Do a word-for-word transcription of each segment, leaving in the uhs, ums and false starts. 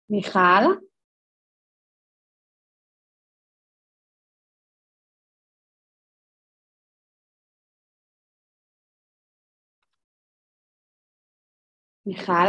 מיכל, מיכל,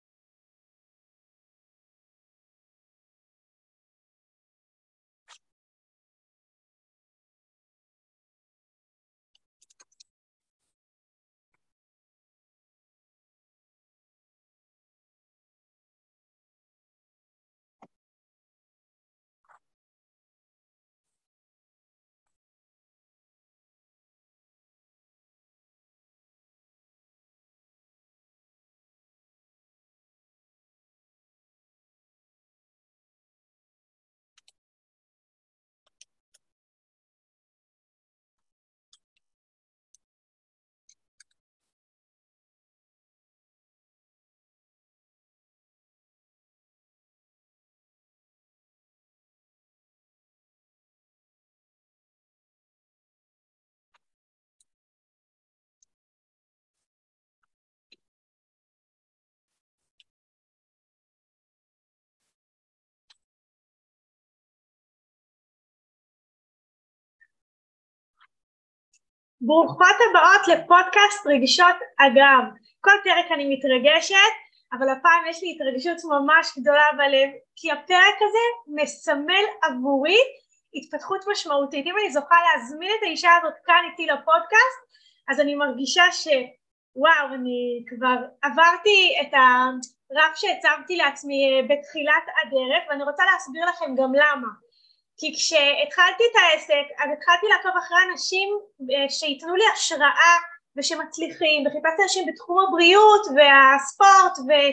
ברוכות הבאות לפודקאסט רגשות אגם. כל פרק אני מתרגשת, אבל הפעם יש לי התרגשות ממש גדולה בלב, כי הפרק הזה מסמל עבורי התפתחות משמעותית. אם אני זוכה להזמין את האישה הזאת כאן איתי לפודקאסט, אז אני מרגישה שוואו, אני כבר עברתי את הרף שהצבתי לעצמי בתחילת הדרך, ואני רוצה להסביר לכם גם למה. כי כשהתחלתי את העסק, אז התחלתי לעקוב אחרי אנשים שיתנו לי השראה ושמצליחים, וחיפשתי אנשים בתחום הבריאות והספורט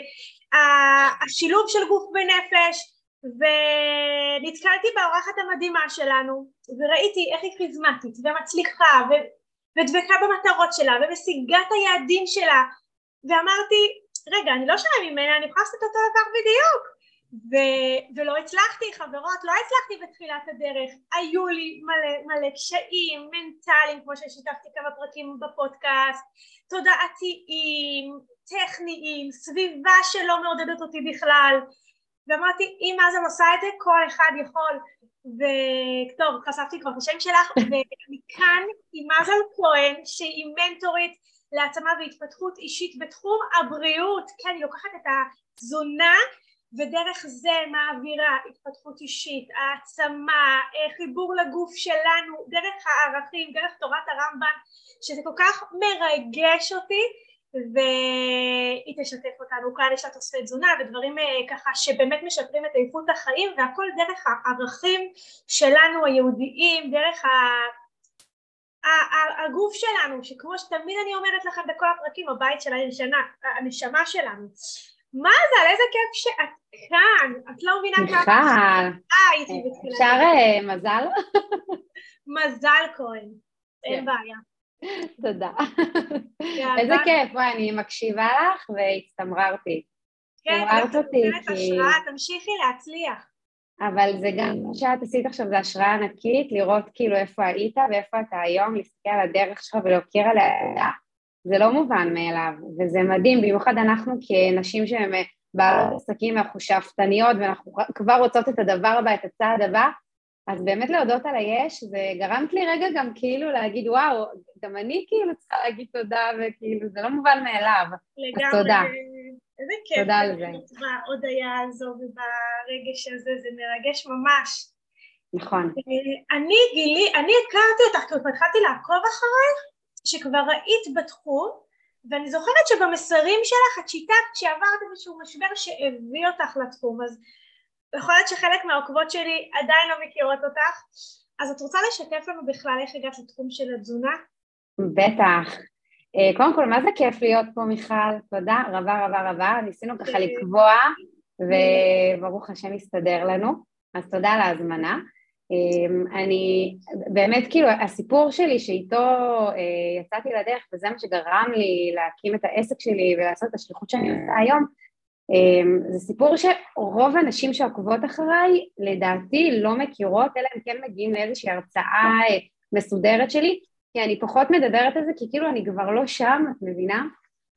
והשילוב של גוף ונפש, ונתקלתי באורחת המדהימה שלנו, וראיתי איך היא כריזמטית ומצליחה ודבקה במטרות שלה ומשיגה את היעדים שלה, ואמרתי, רגע, אני לא שונה ממנה, אני יכולה לעשות אותו דבר בדיוק. ו- ולא הצלחתי, חברות, לא הצלחתי בתחילת הדרך. היו לי מלא, מלא קשיים מנטליים, כמו ששיתפתי כמה פרקים בפודקאסט, תודעתיים, טכניים, סביבה שלא מעודדת אותי בכלל, ואמרתי, אם אז אני עושה את זה, כל אחד יכול. וטוב, חשפתי כבר את השם שלך, ואני כאן עם מזל כהן, שהיא מנטורית להעצמה והתפתחות אישית בתחום הבריאות. כן, היא לוקחת את התזונה ודרך זה מעבירה התפתחות אישית, העצמה, חיבור לגוף שלנו, דרך הערכים, דרך תורת הרמב"ן, שזה כל כך מרגש אותי, והיא תשתף אותנו כאן. יש לה תוספי תזונה ודברים ככה שבאמת משפרים את איכות החיים, והכל דרך הערכים שלנו היהודיים, דרך ה... הגוף שלנו, שכמו שתמיד אני אומרת לכם בכל הפרקים, הבית של הנשמה, הנשמה שלנו. מה זה? על איזה כיף שאת כאן, את לא מבינה כמה הייתי בתחילת. אפשר מזל? מזל כהן, אין בעיה. תודה. איזה כיף, אני מקשיבה לך והצטמררתי. כן, את נותנת השראה, תמשיכי להצליח. אבל זה גם, מה שאת עשית עכשיו זה השראה ענקית, לראות כאילו איפה היית ואיפה אתה היום, להסתכל על הדרך שלך ולהוקיר עליה. זה לא מובן מאליו, וזה מדהים, במיוחד אנחנו כנשים שהן בעסקים, אנחנו שאפתניות, ואנחנו כבר רוצות את הדבר הבא, את הצעד הבא, אז באמת להודות על היש, זה גרמת לי רגע גם כאילו להגיד, וואו, גם אני כאילו צריכה להגיד תודה, וכאילו זה לא מובן מאליו, לגמרי, אז תודה. איזה כיף, תודה על זה. בהודעה הזו וברגש הזה, זה מרגש ממש. נכון. אני גילי, אני הכרתי אותך, כי התחלתי לעקוב אחרייך, שכבר ראית בתחום, ואני זוכרת שבמסרים שלך את שיתפת שעברת איזשהו משבר שהביא אותך לתחום, אז יכול להיות שחלק מהעוקבות שלי עדיין לא מכירות אותך, אז את רוצה לשתף לנו בכלל איך הגעת לתחום של התזונה? בטח. קודם כל, מה זה כיף להיות פה, מיכל? תודה רבה רבה רבה, ניסינו ככה לקבוע, וברוך השם יסתדר לנו, אז תודה על ההזמנה. אני באמת כאילו הסיפור שלי שאיתו יצאתי לדרך וזה מה שגרם לי להקים את העסק שלי ולעשות את השליחות שאני עושה היום, זה סיפור שרוב הנשים שעוקבות אחריי לדעתי לא מכירות, אלא הם כן מגיעים לאיזושהי הרצאה מסודרת שלי, כי אני פחות מדברת על זה, כי כאילו אני כבר לא שם, את מבינה?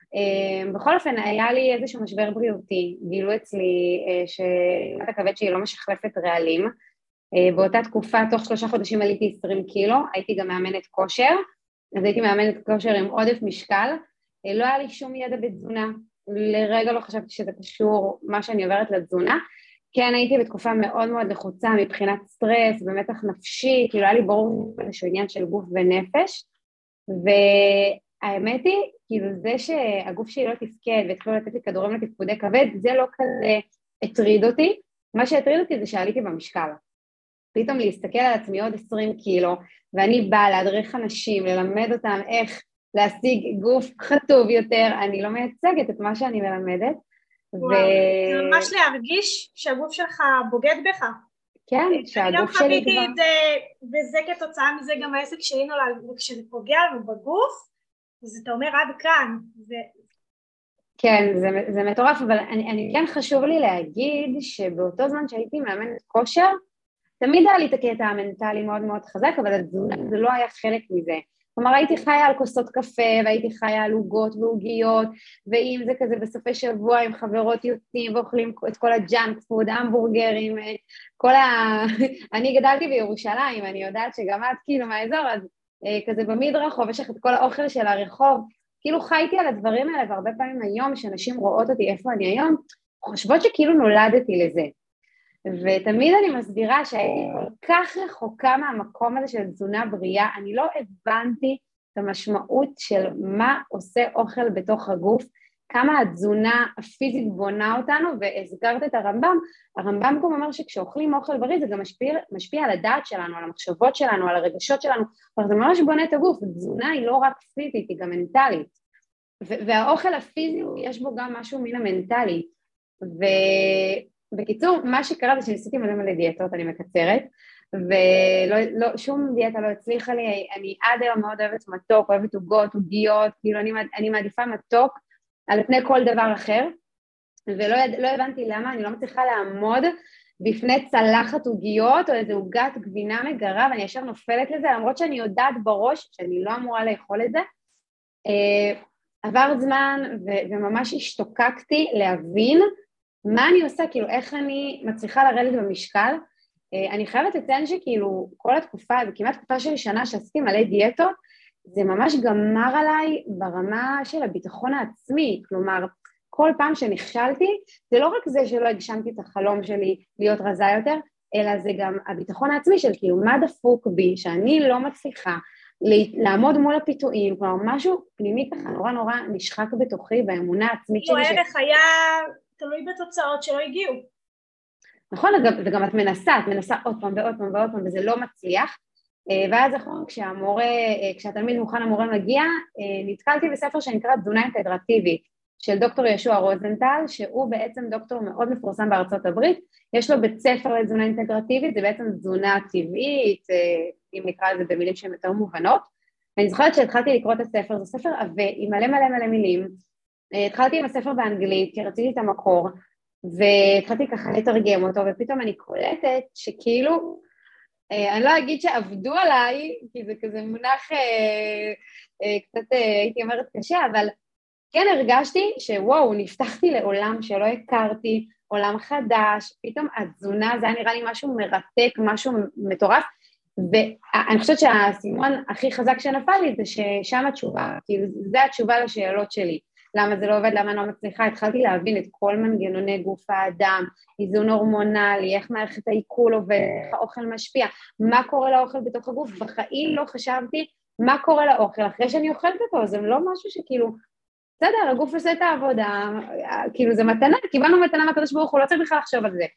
בכל אופן, היה לי איזשהו משבר בריאותי, גילו אצלי שאת הכבד שהיא לא משחלפת רעלים, באותה תקופה, תוך שלושה חודשים עליתי עשרים קילו, הייתי גם מאמנת כושר, אז הייתי מאמנת כושר עם עודף משקל, לא היה לי שום ידע בתזונה, לרגע לא חשבתי שזה קשור מה שאני עוברת לתזונה, כן הייתי בתקופה מאוד מאוד לחוצה מבחינת סטרס ומתח נפשי, כאילו היה לי ברור איזשהו עניין של גוף ונפש, והאמת היא, כאילו זה שהגוף שלי לא תפקד והתחילו לתת לי כדורים לתפקודי כבד, זה לא כזה הטריד אותי, מה שהטריד אותי זה שעליתי במשקל. פתאום להסתכל על עצמי עוד עשרים קילו, ואני באה להדריך אנשים, ללמד אותם איך להשיג גוף חטוב יותר, אני לא מייצגת את מה שאני מלמדת. וואו, זה ממש להרגיש שהגוף שלך בוגד בך. כן, שהגוף שלי כבר... אני גם חוויתי את זה, וזה כתוצאה מזה גם העסק שלי נולד, וכשזה פוגע לנו בגוף, אז אתה אומר עד כאן. זה... כן, זה, זה מטורף, אבל אני, אני כן חשוב לי להגיד שבאותו זמן שהייתי מאמנת כושר, תמיד היה לי את הקטע המנטלי מאוד מאוד חזק, אבל התזונה זה לא היה חלק מזה. כלומר, הייתי חיה על כוסות קפה, והייתי חיה על עוגות ועוגיות, ואם זה כזה בסופי שבוע עם חברות יוצאים ואוכלים את כל הג'אנק פוד, המבורגרים, כל ה... אני גדלתי בירושלים, אני יודעת שגם את כאילו מהאזור, אז כזה במדרחוב, יש לך את כל האוכל של הרחוב, כאילו חייתי על הדברים האלה, והרבה פעמים היום, שאנשים רואות אותי איפה אני היום, חושבות שכאילו נולדתי לזה. ותמיד אני מסבירה שהייתי כל כך רחוקה מהמקום הזה של תזונה בריאה, אני לא הבנתי את המשמעות של מה עושה אוכל בתוך הגוף, כמה התזונה הפיזית בונה אותנו, והזכרת את הרמב"ם, הרמב"ם גם אומר שכשאוכלים אוכל בריא זה גם משפיע, משפיע על הדעת שלנו, על המחשבות שלנו, על הרגשות שלנו, אבל זה ממש בונה את הגוף, תזונה היא לא רק פיזית, היא גם מנטלית, והאוכל הפיזי יש בו גם משהו מן המנטלי, ו... בקיצור, מה שקרה זה שניסיתי מלא מלא דיאטות, אני מקצרת, ושום דיאטה לא הצליחה לי, אני עד היום מאוד אוהבת מתוק, אוהבת עוגות, עוגיות, כאילו אני, אני מעדיפה מתוק על פני כל דבר אחר, ולא לא הבנתי למה, אני לא מצליחה לעמוד בפני צלחת עוגיות, או איזו עוגת גבינה מגרה, ואני ישר נופלת לזה, למרות שאני יודעת בראש שאני לא אמורה לאכול את זה, עבר זמן ו- וממש השתוקקתי להבין, מה אני עושה, כאילו איך אני מצליחה לרדת במשקל, אני חייבת לציין שכאילו כל התקופה, וכמעט תקופה של שנה שעשיתי מלא דיאטות, זה ממש גמר עליי ברמה של הביטחון העצמי, כלומר כל פעם שנכשלתי, זה לא רק זה שלא הגשמתי את החלום שלי להיות רזה יותר, אלא זה גם הביטחון העצמי של כאילו מה דפוק בי, שאני לא מצליחה לעמוד מול הפיתויים, כלומר משהו פנימי ככה נורא נורא נשחק בתוכי, באמונה העצמית שלי. כאילו הערך היה... תלוי בתוצאות שלא הגיעו. נכון, וגם את מנסה, את מנסה עוד פעם ועוד פעם ועוד פעם, וזה לא מצליח, ואז כשהמורה, כשהתלמיד מוכן המורה מגיע, נתקלתי בספר שנקרא תזונה אינטגרטיבית, של דוקטור ישוע רוזנטל, שהוא בעצם דוקטור מאוד מפורסם בארצות הברית, יש לו בית ספר לתזונה אינטגרטיבית, זה בעצם תזונה טבעית, אם נקרא לזה במילים שהן יותר מובנות, ואני זוכרת שהתחלתי לקרוא את הספר, זה ספר עבה, עם מלא מלא מלא מילים, התחלתי עם הספר באנגלית, כי רציתי את המקור, והתחלתי ככה לתרגם אותו, ופתאום אני קולטת שכאילו, אני לא אגיד שעבדו עליי, כי זה כזה מונח קצת, הייתי אומרת קשה, אבל כן הרגשתי שוואו, נפתחתי לעולם שלא הכרתי, עולם חדש, פתאום התזונה, זה היה נראה לי משהו מרתק, משהו מטורף, ואני חושבת שהסימון הכי חזק שנפל לי זה ששם התשובה, כאילו זה התשובה לשאלות שלי, למה זה לא עובד, למה אני לא מצליחה, התחלתי להבין את כל מנגנוני גוף האדם, איזון הורמונלי, איך מערכת העיכול עובד, איך האוכל משפיע, מה קורה לאוכל בתוך הגוף, בחיים לא חשבתי מה קורה לאוכל, אחרי שאני אוכלת אותו, זה לא משהו שכאילו, בסדר, הגוף עושה את העבודה, כאילו זה מתנה, קיבלנו מתנה מהקדוש ברוך הוא, לא צריך בכלל לחשוב על זה,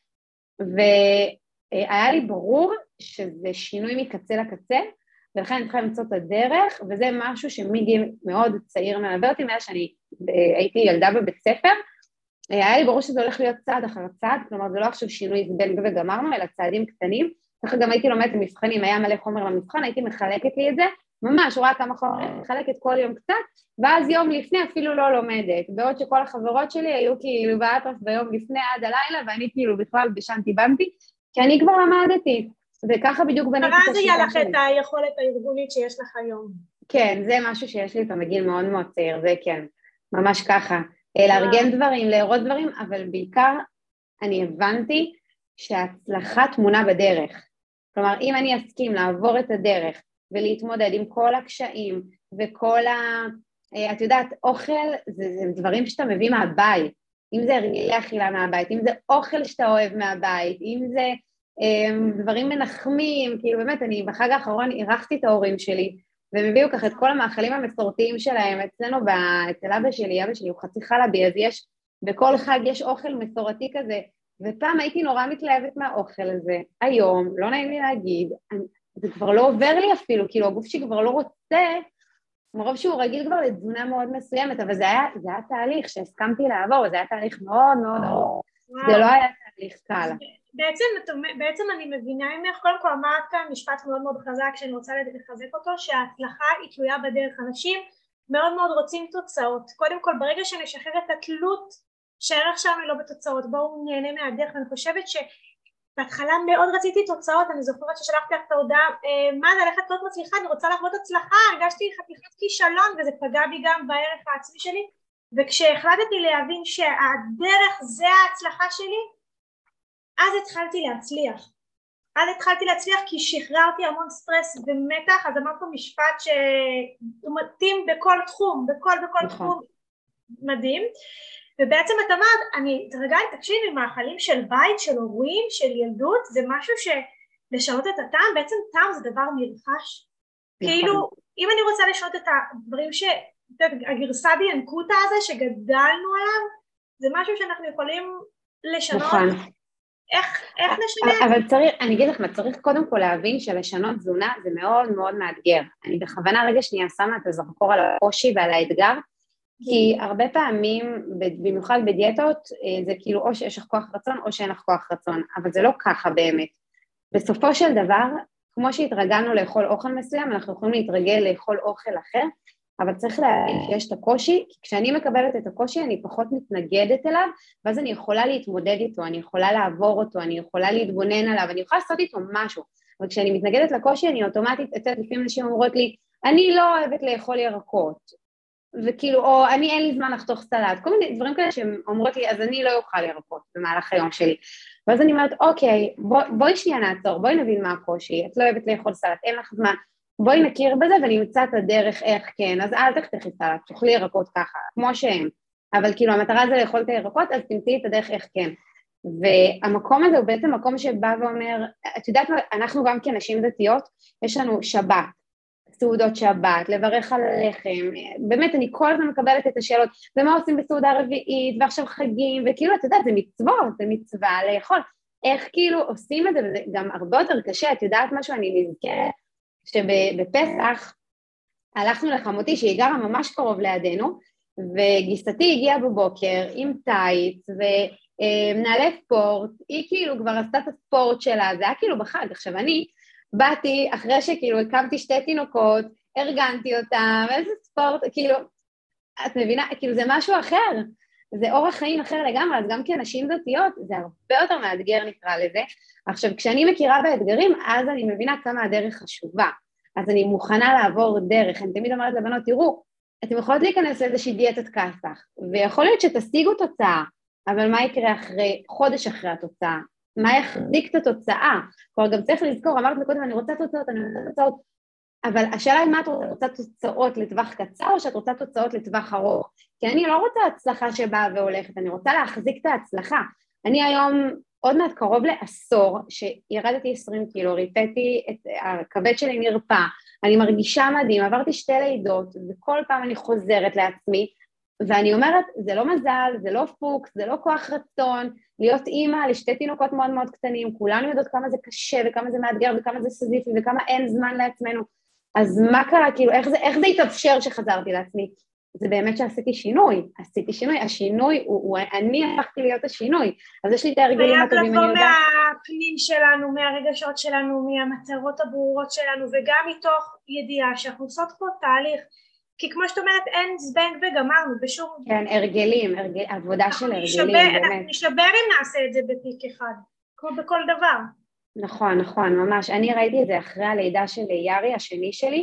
והיה לי ברור שזה שינוי מקצה לקצה, ולכן אני צריכה למצוא את הדרך, וזה משהו שמגיל מאוד צעיר מלווה אותי, מאז שאני הייתי ילדה בבית ספר, היה לי ברור שזה הולך להיות צעד אחר צעד, כלומר זה לא עכשיו שינוי זבנג וגמרנו, אלא צעדים קטנים, ככה גם הייתי לומדת למבחנים, היה מלא חומר למבחן, הייתי מחלקת לי את זה, ממש רואה כמה חומר, מחלקת כל יום קצת, ואז יום לפני אפילו לא לומדת, בעוד שכל החברות שלי היו כאילו באטרף ביום לפני עד הלילה, ואני כאילו בכלל בשנתי בנתי, כי אני כבר למדתי, וככה בדיוק בניתי את השיטה שלי. ואז היה לך את היכולת הארגונית שיש לך היום. כן, זה משהו שיש לי איתו מגיל מאוד מאוד צעיר, זה כן. ממש ככה. לארגן דברים, לארוז דברים, אבל בעיקר אני הבנתי שההצלחה תמונה בדרך. כלומר, אם אני אסכים לעבור את הדרך ולהתמודד עם כל הקשיים וכל ה... את יודעת, אוכל זה, זה דברים שאתה מביא מהבית, אם זה הרגלי אכילה מהבית, אם זה אוכל שאתה אוהב מהבית, אם זה um, דברים מנחמים, כאילו באמת, אני בחג האחרון אירחתי את ההורים שלי, והם הביאו ככה את כל המאכלים המסורתיים שלהם, אצלנו, אצל אבא שלי, אבא שלי הוא חצי חלבי, אז יש, בכל חג יש אוכל מסורתי כזה, ופעם הייתי נורא מתלהבת מהאוכל הזה, היום, לא נעים לי להגיד, אני, זה כבר לא עובר לי אפילו, כאילו הגוף שלי כבר לא רוצה, מרוב שהוא רגיל כבר לתזונה מאוד מסוימת, אבל זה היה, זה היה תהליך שהסכמתי לעבור, זה היה תהליך מאוד מאוד ארוך, זה לא היה תהליך קל. בעצם, בעצם אני מבינה ממך, קודם כל אמרת כאן משפט מאוד מאוד חזק שאני רוצה לחזק אותו, שההצלחה היא תלויה בדרך. אנשים מאוד מאוד רוצים תוצאות, קודם כל ברגע שנשחרר את התלות שהערך שלנו לא בתוצאות, בואו נהנה מהדרך. ואני חושבת שבהתחלה מאוד רציתי תוצאות, אני זוכרת ששלחתי לך את ההודעה, מה זה הלכת להיות מצליחה, אני רוצה לחוות הצלחה, הרגשתי חתיכת כישלון וזה פגע בי גם בערך העצמי שלי, וכשהחלטתי להבין שהדרך זה ההצלחה שלי, אז התחלתי להצליח. אז התחלתי להצליח כי שחררתי המון סטרס ומתח, אז אמרת פה משפט שהוא מתאים בכל תחום, בכל בכל תחום מדהים, ובעצם את אמרת, אני תרגעי, תקשיבי, מאכלים של בית, של הורים, של ילדות, זה משהו שלשנות את הטעם, בעצם טעם זה דבר נרכש. כאילו, אם אני רוצה לשנות את הדברים ש... הגרסה דיינקוטה הזה שגדלנו עליו, זה משהו שאנחנו יכולים לשנות. נכון. איך, איך נשנה? אבל צריך, אני אגיד לך מה, צריך קודם כל להבין שלשנות תזונה זה מאוד מאוד מאתגר. אני בכוונה רגע שנייה שמה את הזרקור על הקושי ועל האתגר, כי הרבה פעמים, במיוחד בדיאטות, זה כאילו או שיש לך כוח רצון או שאין לך כוח רצון, אבל זה לא ככה באמת. בסופו של דבר, כמו שהתרגלנו לאכול אוכל מסוים, אנחנו יכולים להתרגל לאכול אוכל אחר, אבל צריך להגיד שיש את הקושי, כי כשאני מקבלת את הקושי אני פחות מתנגדת אליו, ואז אני יכולה להתמודד איתו, אני יכולה לעבור אותו, אני יכולה להתבונן עליו, אני יכולה לעשות איתו משהו, אבל כשאני מתנגדת לקושי אני אוטומטית, אצלת לפעמים אנשים אומרות לי, אני לא אוהבת לאכול ירקות, וכאילו, או אני אין לי זמן לחתוך סלט, כל מיני דברים כאלה שהן אומרות לי, אז אני לא אוכל ירקות במהלך היום שלי, ואז אני אומרת, אוקיי, בוא, בואי שנייה נעצור, בואי נבין מה הקושי, את לא אוהבת לאכול סלט, אין לך זמן, בואי נכיר בזה ונמצא את הדרך איך כן, אז אל תחתכי סלט, תאכלי ירקות ככה, כמו שהם, אבל כאילו המטרה זה לאכול את הירקות, אז תמצאי את הדרך איך כן. והמקום הזה הוא בעצם מקום שבא ואומר, את יודעת מה, אנחנו גם כנשים דתיות, יש לנו שבת, סעודות שבת, לברך על לחם, באמת אני כל הזמן מקבלת את השאלות, ומה עושים בסעודה רביעית, ועכשיו חגים, וכאילו את יודעת, זה מצוות, זה מצווה לאכול, איך כאילו עושים את זה, וזה גם הרבה יותר קשה, את יודעת משהו, אני נזכרת, שבפסח הלכנו לחמותי שהיא גרה ממש קרוב לידינו, וגיסתי הגיעה בבוקר עם טייץ ומנהלי ספורט, היא כאילו כבר עשתה את הספורט שלה, זה היה כאילו בחג. עכשיו אני באתי אחרי שכאילו הקמתי שתי תינוקות, ארגנתי אותם, איזה ספורט, כאילו, את מבינה, כאילו זה משהו אחר, זה אורח חיים אחר לגמרי, אז גם כאנשים דתיות זה הרבה יותר מאתגר נקרא לזה. עכשיו כשאני מכירה באתגרים, אז אני מבינה כמה הדרך חשובה, אז אני מוכנה לעבור דרך, אני תמיד אומרת לבנות, תראו, אתם יכולות להיכנס לאיזושהי דיאטת כסח, ויכול להיות שתשיגו תוצאה, אבל מה יקרה אחרי, חודש אחרי התוצאה? מה יחזיק את התוצאה? כבר גם צריך לזכור, אמרת מקודם, אני רוצה תוצאות, אני רוצה תוצאות, אבל השאלה היא מה את רוצה תוצאות לטווח קצר, או שאת רוצה תוצאות לטווח ארוך? כי אני לא רוצה הצלחה שבאה והולכת, אני רוצה להחזיק את ההצלחה. אני היום עוד מעט קרוב לעשור, שירדתי עשרים קילו, ריפאתי את הכבד שלי נרפא, אני מרגישה מדהים, עברתי שתי לידות, וכל פעם אני חוזרת לעצמי, ואני אומרת, זה לא מזל, זה לא פוקס, זה לא כוח רצון, להיות אימא לשתי תינוקות מאוד מאוד קטנים, כולנו יודעות כמה זה קשה, וכמה זה מאתגר, וכמה זה סזיפי, וכמה אין זמן לעצמנו, אז מה קרה, כאילו, איך זה, איך זה התאפשר שחזרתי לעצמי? זה באמת שעשיתי שינוי, עשיתי שינוי, השינוי הוא, הוא אני הפכתי להיות השינוי, אז יש לי את ההרגלים הטובים, אני יודעת. חייב לבוא מהפנים שלנו, מהרגשות שלנו, מהמטרות הברורות שלנו, וגם מתוך ידיעה שאנחנו עושות פה תהליך, כי כמו שאת אומרת, אין זבנג וגמרנו בשום... כן, הרגלים, הרגל, עבודה של הרגלים, באמת. אנחנו נשבר אם נעשה את זה בפיק אחד, כמו בכל דבר. נכון, נכון, ממש. אני ראיתי את זה אחרי הלידה של יארי, השני שלי,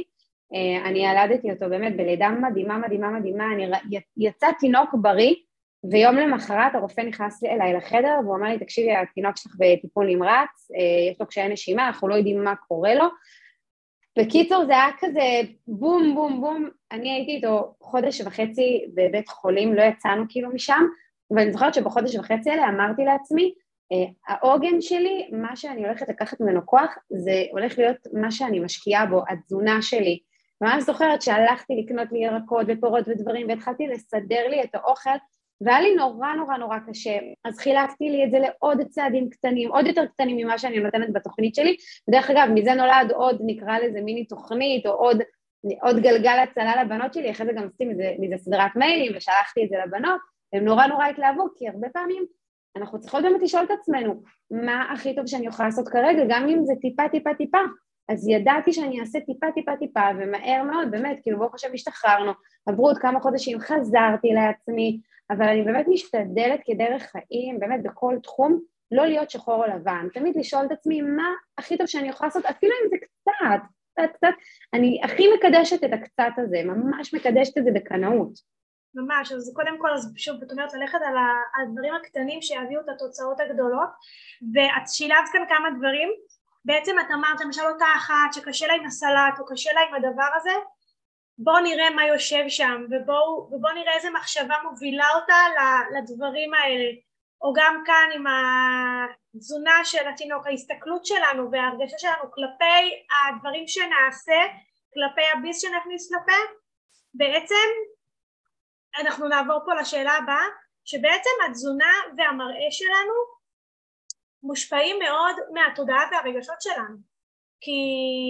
אני ילדתי אותו באמת בלידה מדהימה, מדהימה, מדהימה, אני יצא תינוק בריא, ויום למחרת הרופא נכנס אליי לחדר, והוא אמר לי, תקשיבי, התינוק שלך בטיפול נמרץ, יש לו קשיי נשימה, אנחנו לא יודעים מה קורה לו. בקיצור, זה היה כזה בום, בום, בום, אני הייתי איתו חודש וחצי בבית חולים, לא יצאנו כאילו משם, ואני זוכרת שבחודש וחצי האלה אמרתי לעצמי, העוגן שלי, מה שאני הולכת לקחת ממנו כוח, זה הולך להיות מה שאני משקיעה בו, התזונה שלי. ממש זוכרת שהלכתי לקנות לי ירקות ופירות ודברים, והתחלתי לסדר לי את האוכל, והיה לי נורא נורא נורא קשה, אז חילקתי לי את זה לעוד צעדים קטנים, עוד יותר קטנים ממה שאני נותנת בתוכנית שלי, ודרך אגב, מזה נולד עוד, נקרא לזה מיני תוכנית, או עוד, עוד גלגל הצלה לבנות שלי, אחרי זה גם עשיתי מזה, מזה סדרת מיילים, ושלחתי את זה לבנות, הם נורא נורא התלהבו, כי הרבה פעמים אנחנו צריכות באמת לשאול את עצמנו, מה הכי טוב שאני יכולה לעשות כרגע, גם אם זה טיפה טיפה טיפה, אז ידעתי שאני אעשה טיפה טיפה טיפה, ומהר מאוד, באמת, כאילו ברוך השם השתחררנו, עברו עוד כמה חודשים, חזרתי לעצמי, אבל אני באמת משתדלת כדרך חיים, באמת בכל תחום, לא להיות שחור או לבן, תמיד לשאול את עצמי מה הכי טוב שאני יכולה לעשות, אפילו אם זה קצת, קצת, קצת, אני הכי מקדשת את הקצת הזה, ממש מקדשת את זה בקנאות. ממש, אז קודם כל, אז שוב, זאת אומרת, ללכת על הדברים הקטנים שיביאו את התוצאות הגדולות, ואת שילבת כאן כמה דברים, בעצם את אמרת, למשל אותה אחת שקשה לה עם הסלט, או קשה לה עם הדבר הזה, בואו נראה מה יושב שם, ובואו, ובואו נראה איזה מחשבה מובילה אותה לדברים האלה, או גם כאן עם התזונה של התינוק, ההסתכלות שלנו וההרגשה שלנו כלפי הדברים שנעשה, כלפי הביס שנכניס לפה, בעצם אנחנו נעבור פה לשאלה הבאה, שבעצם התזונה והמראה שלנו מושפעים מאוד מהתודעה והרגשות שלנו, כי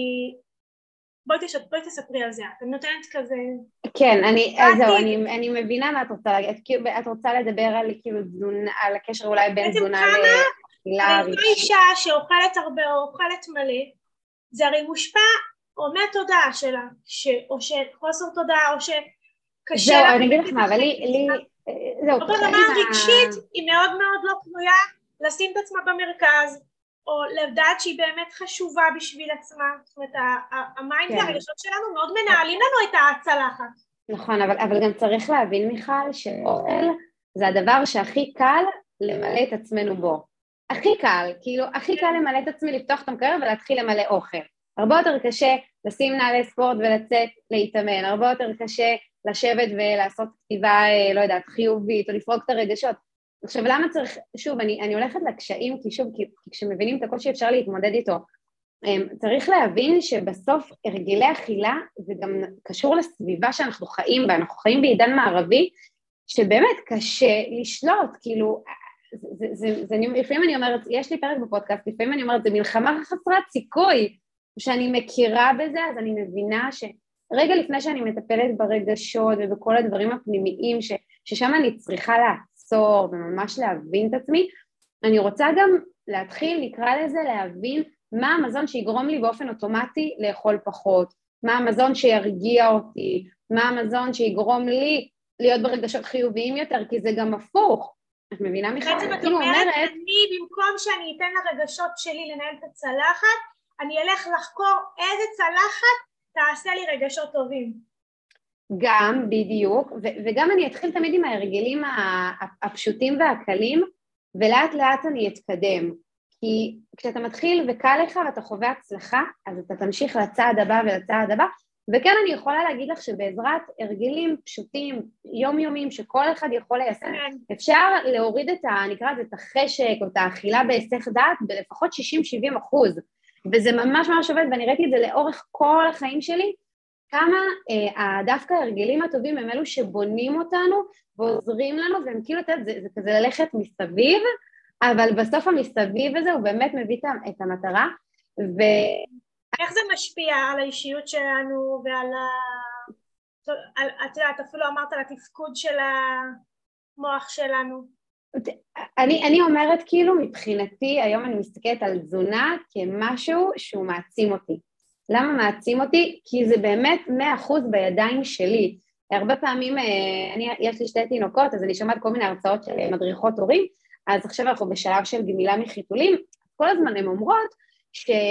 בואי, תש... בואי תספרי על זה, את נותנת כזה... כן, אני, זהו, אני, אני מבינה מה את רוצה להגיד, את רוצה לדבר על, כאילו, תזונה, על הקשר אולי בין תזונה לאכילה רגשית. בעצם כמה אישה שאוכלת הרבה או אוכלת מלא, זה הרי מושפע או מהתודעה שלה, ש... או שחוסר תודעה, או שקשה... זהו, אני אגיד לך מה, אבל לי... לי... זהו, ברמה הרגשית היא מאוד מאוד לא פנויה לשים את עצמה במרכז, או לדעת שהיא באמת חשובה בשביל עצמה, זאת אומרת, המים והרגשות שלנו מאוד מנהלים לנו את הצלחת. נכון, אבל, אבל גם צריך להבין, מיכל, שאוכל זה הדבר שהכי קל למלא את עצמנו בו. הכי קל, כאילו, הכי קל למלא את עצמי, לפתוח את המקרר ולהתחיל למלא אוכל. הרבה יותר קשה לשים נעלי ספורט ולצאת להתאמן, הרבה יותר קשה לשבת ולעשות כתיבה, לא יודעת, חיובית, או לפרוק את הרגשות. עכשיו, למה צריך, שוב, אני, אני הולכת לקשיים, כי שוב, כי, כי כשמבינים את הכל שאפשר להתמודד איתו, צריך להבין שבסוף הרגלי אכילה, זה גם קשור לסביבה שאנחנו חיים בה, אנחנו חיים בעידן מערבי, שבאמת קשה לשלוט, כאילו, זה, זה, זה, זה, לפעמים אני אומרת, יש לי פרק בפודקאסט, לפעמים אני אומרת, זה מלחמה חסרת סיכוי, שאני מכירה בזה, אז אני מבינה שרגע לפני שאני מטפלת ברגשות ובכל הדברים הפנימיים, ש, ששם אני צריכה לעצור וממש להבין את עצמי, אני רוצה גם להתחיל, נקרא לזה, להבין מה המזון שיגרום לי באופן אוטומטי לאכול פחות, מה המזון שירגיע אותי, מה המזון שיגרום לי להיות ברגשות חיוביים יותר, כי זה גם הפוך. את מבינה מיכל? בעצם את אומרת, אני במקום שאני אתן לרגשות שלי לנהל את הצלחת, אני אלך לחקור איזה צלחת תעשה לי רגשות טובים. גם, בדיוק, ו- וגם אני אתחיל תמיד עם ההרגלים הפשוטים והקלים, ולאט לאט אני אתקדם. כי כשאתה מתחיל וקל לך ואתה חווה הצלחה, אז אתה תמשיך לצעד הבא ולצעד הבא, וכן אני יכולה להגיד לך שבעזרת הרגלים פשוטים, יומיומיים, שכל אחד יכול ליישם, אפשר להוריד את ה, נקרא לזה, את החשק או את האכילה בהיסח דעת בלפחות שישים שבעים אחוז, וזה ממש ממש עובד, ואני ראיתי את זה לאורך כל החיים שלי, כמה אה, דווקא הרגלים הטובים הם אלו שבונים אותנו ועוזרים לנו, והם כאילו, זה, זה כזה ללכת מסביב, אבל בסוף המסביב הזה הוא באמת מביא את המטרה, ו... איך זה משפיע על האישיות שלנו ועל ה... על, את יודעת, אפילו אמרת על התפקוד של המוח שלנו. אני, אני אומרת כאילו מבחינתי, היום אני מסתכלת על תזונה כמשהו שהוא מעצים אותי. למה מעצים אותי? כי זה באמת מאה אחוז בידיים שלי. הרבה פעמים, אני, יש לי שתי תינוקות, אז אני שומעת כל מיני הרצאות של מדריכות הורים, אז עכשיו אנחנו בשלב של גמילה מחיתולים, כל הזמן הן אומרות ש...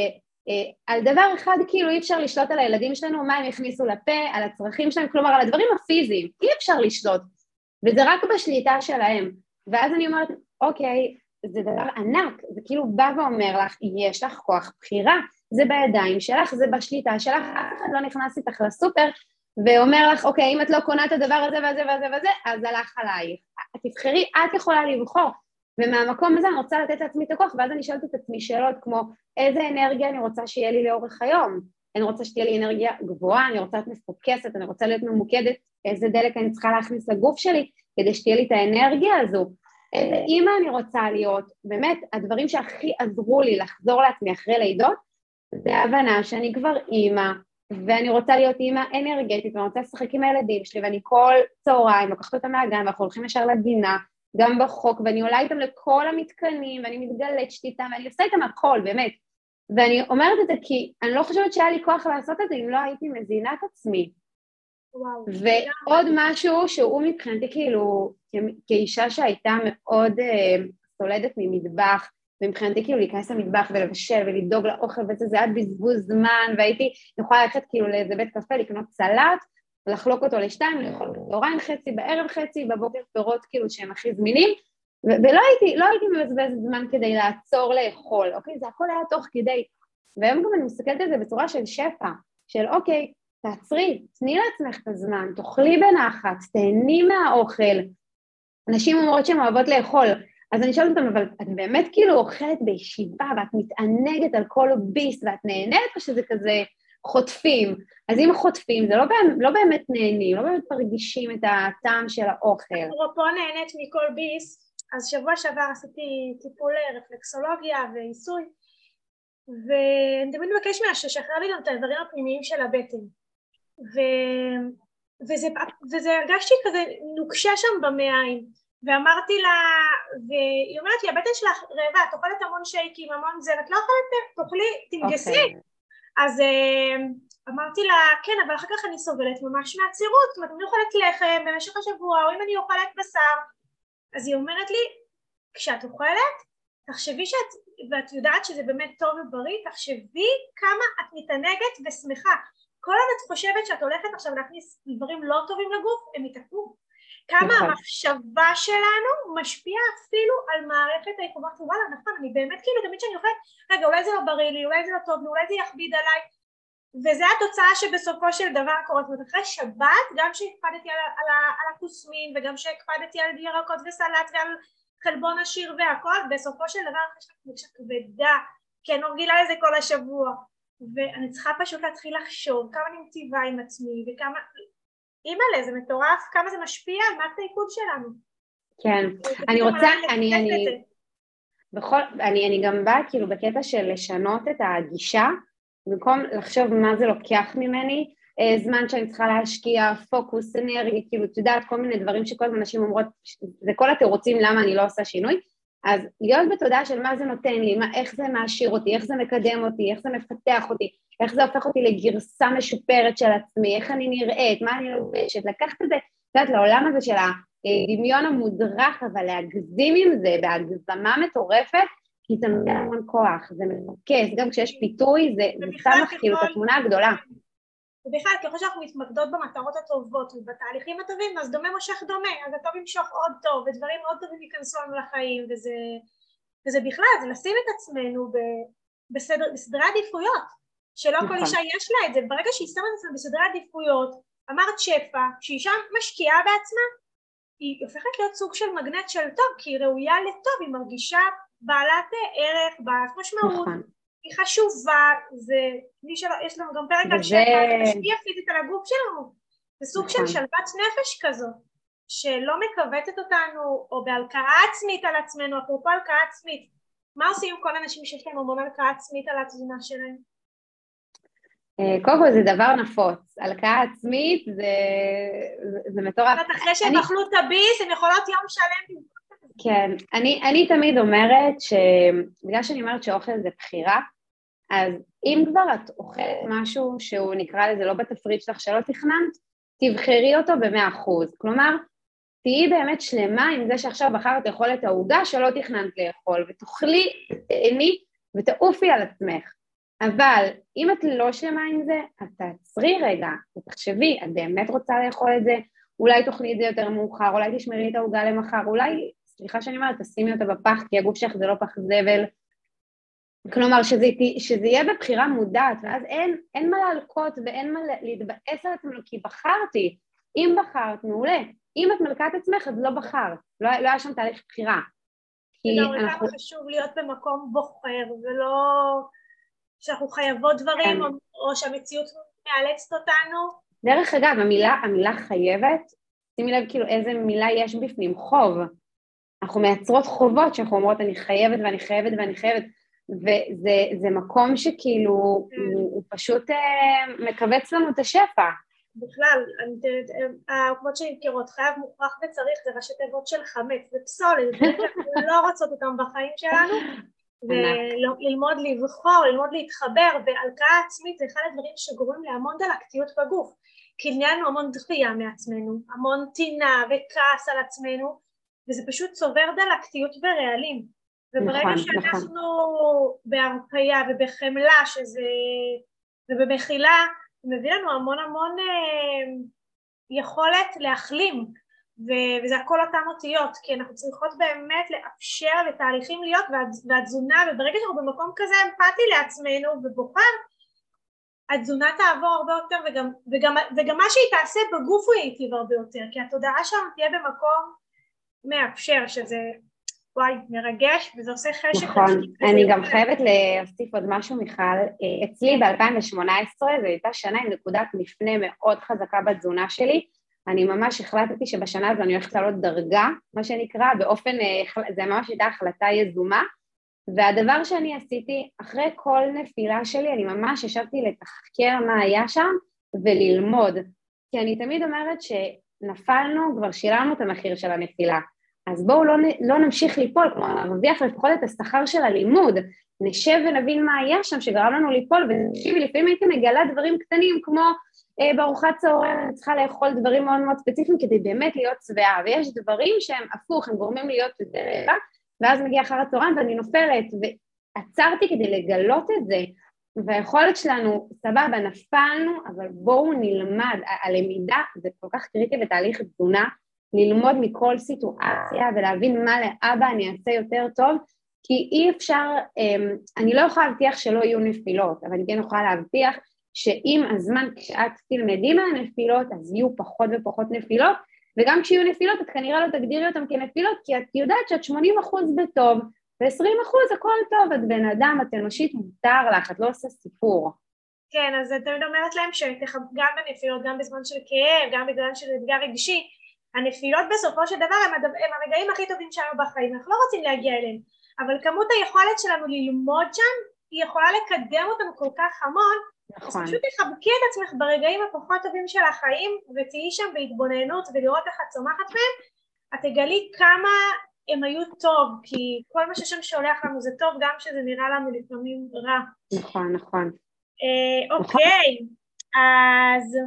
על דבר אחד כאילו אי אפשר לשלוט על הילדים שלנו, מה הם יכניסו לפה, על הצרכים שלהם, כלומר על הדברים הפיזיים, אי אפשר לשלוט, וזה רק בשליטה שלהם. ואז אני אומרת, אוקיי, זה דבר ענק, זה כאילו בא ואומר לך, יש לך כוח בחירה, זה בידיים שלך, זה בשליטה שלך, אף אחד לא נכנס איתך לסופר, ואומר לך, אוקיי, אם את לא קונה את הדבר הזה וזה וזה וזה, אז הלך עלייך. תבחרי, את יכולה לבחור. ומהמקום הזה אני רוצה לתת לעצמי את הכוח, ואז אני שואלת את עצמי שאלות כמו, איזה אנרגיה אני רוצה שיהיה לי לאורך היום? אני רוצה שתהיה לי אנרגיה גבוהה, אני רוצה להיות מפוקסת, אני רוצה להיות ממוקדת, איזה דלק אני צריכה להכניס לגוף שלי, כדי שתהיה לי את האנרגיה הזו. איזה אימא אני רוצה להיות, באמת, הדברים שהכי עזרו לי לחזור לעצמי אחרי לידות, זה ההבנה שאני כבר אימא, ואני רוצה להיות אימא אנרגטית, ואני רוצה לשחק עם הילדים שלי, ואני כל צהריים לוקחת אותם מהגן, ואנחנו הולכים ישר לגינה, גם בחוק, ואני עולה איתם לכל המתקנים, ואני מתגלצת איתם, ואני עושה איתם הכל, באמת. ואני אומרת את זה כי אני לא חושבת שהיה לי כוח לעשות את זה, אם לא הייתי מזינה את עצמי. וואו. ועוד משהו שהוא מבחינתי כאילו, כאישה שהייתה מאוד אה, סולדת ממטבח, ומבחינתי כאילו להיכנס למטבח ולבשל ולדאוג לאוכל, וזה היה בזבוז זמן, והייתי יכולה ללכת כאילו לאיזה בית קפה, לקנות סלט, לחלוק אותו לשתיים, לאכול בצהריים חצי, בערב חצי, בבוקר פירות כאילו שהם הכי זמינים, ו- ולא הייתי, לא הייתי מבזבז זמן כדי לעצור לאכול, אוקיי? זה הכל היה תוך כדי, והיום גם אני מסתכלת על זה בצורה של שפע, של אוקיי, תעצרי, תני לעצמך את הזמן, תאכלי בנחת, תהני מהאוכל, אנשים אומרות שהן אוהבות לאכול, אז אני שואלת אותם, אבל את באמת כאילו אוכלת בישיבה, ואת מתענגת על כל ביס, ואת נהנית, או שזה כזה חוטפים? אז אם חוטפים, זה לא באמת, לא באמת נהנים, לא באמת מרגישים את הטעם של האוכל. אפרופו נהנית מכל ביס, אז שבוע שעבר עשיתי טיפול רפלקסולוגיה ועיסוי, ואני תמיד מבקש ממנה ששחרר לי גם את האיברים הפנימיים של הבטן, ו... וזה, וזה הרגשתי כזה נוקשה שם במעיים, ואמרתי לה, והיא אומרת לי, הבטן שלך רעבה, את אוכלת המון שייקים, המון זה, ואת לא אוכלת, תאכלי, תנגסי. Okay. אז אמרתי לה, כן, אבל אחר כך אני סובלת ממש מעצירות, זאת אומרת, אני אוכלת לחם במשך השבוע, או אם אני אוכלת בשר. אז היא אומרת לי, כשאת אוכלת, תחשבי שאת, ואת יודעת שזה באמת טוב ובריא, תחשבי כמה את מתענגת ושמחה. כל עוד את חושבת שאת הולכת עכשיו להכניס דברים לא טובים לגוף, הם יתעכבו. כמה המחשבה שלנו משפיעה אפילו על מערכת העיכול. וואלה, נכון, אני באמת כאילו תמיד שאני אוכלת, רגע, אולי זה לא בריא לי, אולי זה לא טוב לי, אולי זה יכביד עליי, וזה התוצאה שבסופו של דבר קורית. אחרי שבת, גם שהקפדתי על, על, על הקוסמין, וגם שהקפדתי על ירקות וסלט ועל חלבון עשיר והכל, בסופו של דבר אחרי שאני כבדה, כי אני לא רגילה לזה כל השבוע, ואני צריכה פשוט להתחיל לחשוב כמה אני מציבה עם עצמי, וכמה... אימא'לה, זה מטורף, כמה זה משפיע על מערכת העיכול שלנו. כן, אני רוצה, אני, אני, בכל, אני, אני גם באה כאילו בקטע של לשנות את הגישה, במקום לחשוב מה זה לוקח ממני, זמן שאני צריכה להשקיע, פוקוס, אנרגיה, כאילו, את יודעת, כל מיני דברים שכל הזמן אנשים אומרות, זה כל התירוצים למה אני לא עושה שינוי, אז להיות בתודעה של מה זה נותן לי, מה, איך זה מעשיר אותי, איך זה מקדם אותי, איך זה מפתח אותי, איך זה הופך אותי לגרסה משופרת של עצמי, איך אני נראית, מה אני לובשת, לקחת את זה, את יודעת, לעולם הזה של הדמיון המודרך, אבל להגזים עם זה, בהגזמה מטורפת, כי זה נותן המון כוח, זה מפוקס, גם כשיש פיתוי, זה סתם כאילו את התמונה הגדולה. ובכלל, ככל שאנחנו מתמקדות במטרות הטובות ובתהליכים הטובים, אז דומה מושך דומה, אז הטוב ימשוך עוד טוב, ודברים עוד טובים ייכנסו לנו לחיים, וזה, וזה בכלל, זה לשים את עצמנו בסדר, בסדרי עדיפויות, שלא כל אישה יש לה את זה, ברגע שהיא שמה את עצמה בסדרי עדיפויות, אמרת שפע, כשאישה משקיעה בעצמה, היא הופכת להיות סוג של מגנט של טוב, כי היא ראויה לטוב, היא מרגישה בעלת ערך, בעלת משמעות, היא חשובה, זה, יש לנו גם פרק על שפע, משפיע פיזית על הגוף שלנו, זה סוג של שלוות נפש כזאת, שלא מקוותת אותנו, או בהלקאה עצמית על עצמנו, אפרופו הלקאה עצמית, מה עושים עם כל האנשים שיש להם המון הלקאה עצמית על התזונה שלהם? קודם כל זה דבר נפוץ, הלקאה עצמית זה, זה מטורף. אחרי שהם אכלו את הביס, הם יכולות יום שלם. כן, אני, אני תמיד אומרת שבגלל שאני אומרת שאוכל זה בחירה, אז אם כבר את אוכלת משהו שהוא נקרא לזה לא בתפריט שלך שלא תכננת, תבחרי אותו במאה אחוז. כלומר, תהיי באמת שלמה עם זה שעכשיו בחרת לאכול את העוגה שלא תכננת לאכול, ותאכלי, תהני ותעופי על עצמך. אבל אם את לא שלמה עם זה, אז תעצרי רגע, ותחשבי, את באמת רוצה לאכול את זה, אולי תאכלי את זה יותר מאוחר, אולי תשמרי את העוגה למחר, אולי, סליחה שאני אומרת, תשימי אותה בפח, כי הגוף שלך זה לא פח זבל, כלומר שזה, שזה יהיה בבחירה מודעת, ואז אין, אין מה להלקות ואין מה להתבאס על עצמנו, כי בחרתי, אם בחרת, מעולה, אם את מלכת עצמך, אז לא בחרת, לא, לא היה שם תהליך בחירה. וגם אנחנו... כמה חשוב להיות במקום בוחר, ולא שאנחנו חייבות דברים, או, או שהמציאות מאלצת אותנו. דרך אגב, המילה, המילה חייבת, שימי לב כאילו איזה מילה יש בפנים, חוב. אנחנו מייצרות חובות שאנחנו אומרות, אני חייבת ואני חייבת ואני חייבת, וזה זה מקום שכאילו, הוא, הוא פשוט אה, מקבץ לנו את השפע. בכלל, העקבות שנמכרות, חייב, מוכרח וצריך, זה ראשי תיבות של חמץ, זה פסולת, אנחנו לא רוצות אותם בחיים שלנו, וללמוד לבחור, ללמוד להתחבר, והלקאה עצמית זה אחד הדברים שגורמים להמון דלקתיות בגוף, כי עניינו המון דחייה מעצמנו, המון טינה וכעס על עצמנו, וזה פשוט צובר דלקתיות ורעלים, וברגע נכון, שאנחנו נכון. בהרפיה ובחמלה שזה, ובמחילה, מביא לנו המון המון אה, יכולת להחלים, ו- וזה הכל אותם אותיות, כי אנחנו צריכות באמת לאפשר לתהליכים להיות, וה- והתזונה, וברגע שאנחנו במקום כזה אמפתי לעצמנו ובוחר, התזונה תעבור הרבה יותר, וגם, וגם, וגם מה שהיא תעשה בגוף הוא ייטיב הרבה יותר, כי התודעה שלנו תהיה במקום מאפשר, שזה וואי, מרגש, וזה עושה חשק. נכון, אני גם חייבת להוסיף עוד משהו, מיכל. אצלי ב-אלפיים שמונה עשרה, זו הייתה שנה עם נקודת מפנה מאוד חזקה בתזונה שלי, אני ממש החלטתי שבשנה הזו אני הולכת לעלות דרגה, מה שנקרא, באופן, זה ממש הייתה החלטה יזומה, והדבר שאני עשיתי, אחרי כל נפילה שלי, אני ממש ישבתי לתחקר מה היה שם, וללמוד, כי אני תמיד אומרת שנפלנו, כבר שילמנו את המחיר של הנפילה, אז בואו לא, לא נמשיך ליפול, כלומר, נרוויח לפחות את השכר של הלימוד, נשב ונבין מה היה שם שגרם לנו ליפול, ונשיבי, לפעמים הייתי מגלה דברים קטנים, כמו אה, בארוחת צהריים, אני צריכה לאכול דברים מאוד מאוד ספציפיים, כדי באמת להיות שבעה, ויש דברים שהם הפוך, הם גורמים להיות יותר רעבה, ואז מגיע אחר הצהריים ואני נופלת, ועצרתי כדי לגלות את זה, והיכולת שלנו, סבבה, נפלנו, אבל בואו נלמד, הלמידה זה כל כך קריטי בתהליך תזונה, ללמוד מכל סיטואציה ולהבין מה לאבא אני אעשה יותר טוב, כי אי אפשר, אני לא יכולה להבטיח שלא יהיו נפילות, אבל אני כן יכולה להבטיח שעם הזמן כשאת תלמדי מהנפילות, אז יהיו פחות ופחות נפילות, וגם כשיהיו נפילות את כנראה לא תגדירי אותם כנפילות, כי את יודעת שאת שמונים אחוז בטוב, ו-עשרים אחוז הכל טוב, את בן אדם, את אנושית, מותר לך, את לא עושה סיפור. כן, אז את תמיד אומרת להם שגם בנפילות, גם בזמן של כאב, גם בזמן של אתגר רגשי, הנפילות בסופו של דבר הם, הדבר, הם הרגעים הכי טובים שלנו בחיים, אנחנו לא רוצים להגיע אליהם, אבל כמות היכולת שלנו ללמוד שם, היא יכולה לקדם אותנו כל כך המון, נכון. אז פשוט תחבקי את עצמך ברגעים הפחות טובים של החיים, ותהיי שם בהתבוננות ולראות איך את צומחת מהם, את תגלי כמה הם היו טוב, כי כל מה ששם שולח לנו זה טוב, גם שזה נראה לנו לפעמים רע. נכון, נכון. אה, אוקיי, אז...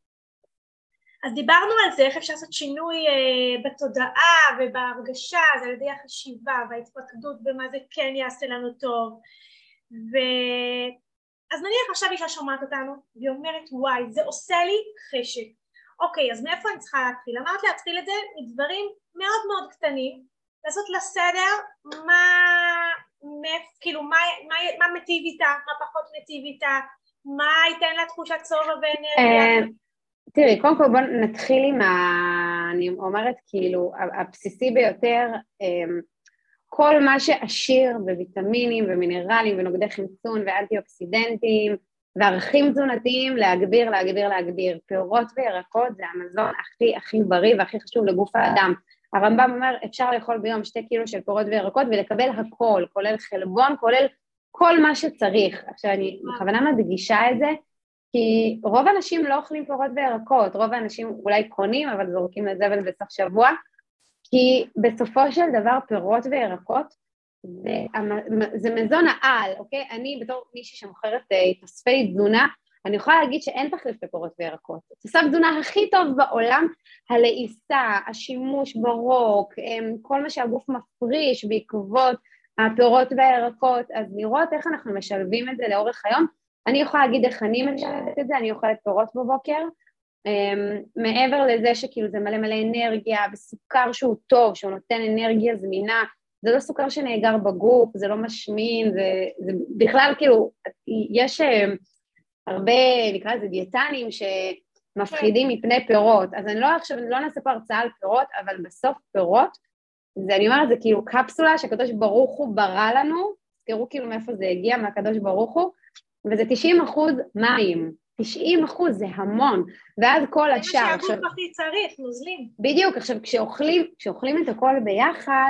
אז דיברנו על זה, איך אפשר לעשות שינוי אה, בתודעה ובהרגשה, זה על ידי החשיבה וההתפקדות במה זה כן יעשה לנו טוב. ו... אז נניח עכשיו אישה שומעת אותנו, והיא אומרת וואי, זה עושה לי חשק. אוקיי, אז מאיפה אני צריכה להתחיל? אמרת להתחיל את זה מדברים מאוד מאוד קטנים, לעשות לסדר מה, מפ, כאילו, מה, מה, מה מטיב איתה, מה פחות מטיב איתה, מה ייתן לה תחושת סובה ואנרגיה. תראי, קודם כל בוא נתחיל עם ה... אני אומרת כאילו, הבסיסי ביותר, כל מה שעשיר בוויטמינים ומינרלים ונוגדי חמצון ואנטי-אוקסידנטים וערכים תזונתיים, להגביר, להגביר, להגביר. פירות וירקות זה המזון הכי הכי בריא והכי חשוב לגוף האדם. הרמב"ם אומר, אפשר לאכול ביום שתי קילו של פירות וירקות ולקבל הכל, כולל חלבון, כולל כל מה שצריך. עכשיו אני בכוונה מדגישה את זה, כי רוב האנשים לא אוכלים פירות וירקות, רוב האנשים אולי קונים, אבל זורקים לזבל בסוף שבוע, כי בסופו של דבר פירות וירקות, זה, זה מזון העל, אוקיי? אני בתור מישהי שמוכרת תוספי תזונה, אני יכולה להגיד שאין תחליף לפירות וירקות. תוסף תזונה הכי טוב בעולם, הלעיסה, השימוש ברוק, כל מה שהגוף מפריש בעקבות הפירות והירקות, אז לראות איך אנחנו משלבים את זה לאורך היום. אני יכולה להגיד איך אני משלבת את זה, אני אוכלת פירות בבוקר, um, מעבר לזה שכאילו זה מלא מלא אנרגיה, וסוכר שהוא טוב, שהוא נותן אנרגיה זמינה, זה לא סוכר שנאגר בגוף, זה לא משמין, זה, זה בכלל כאילו, יש uh, הרבה, נקרא לזה דיאטנים, שמפחידים מפני פירות, אז אני לא עכשיו, לא נעשה פה הרצאה על פירות, אבל בסוף פירות, זה, אני אומרת, זה כאילו קפסולה שהקדוש ברוך הוא ברא לנו, תזכרו כאילו מאיפה זה הגיע, מהקדוש ברוך הוא, וזה תשעים אחוז מים, תשעים אחוז זה המון, ואז כל השאר... זה מה שהגוף הכי צריך, נוזלים. בדיוק, עכשיו כשאוכלים, כשאוכלים את הכל ביחד,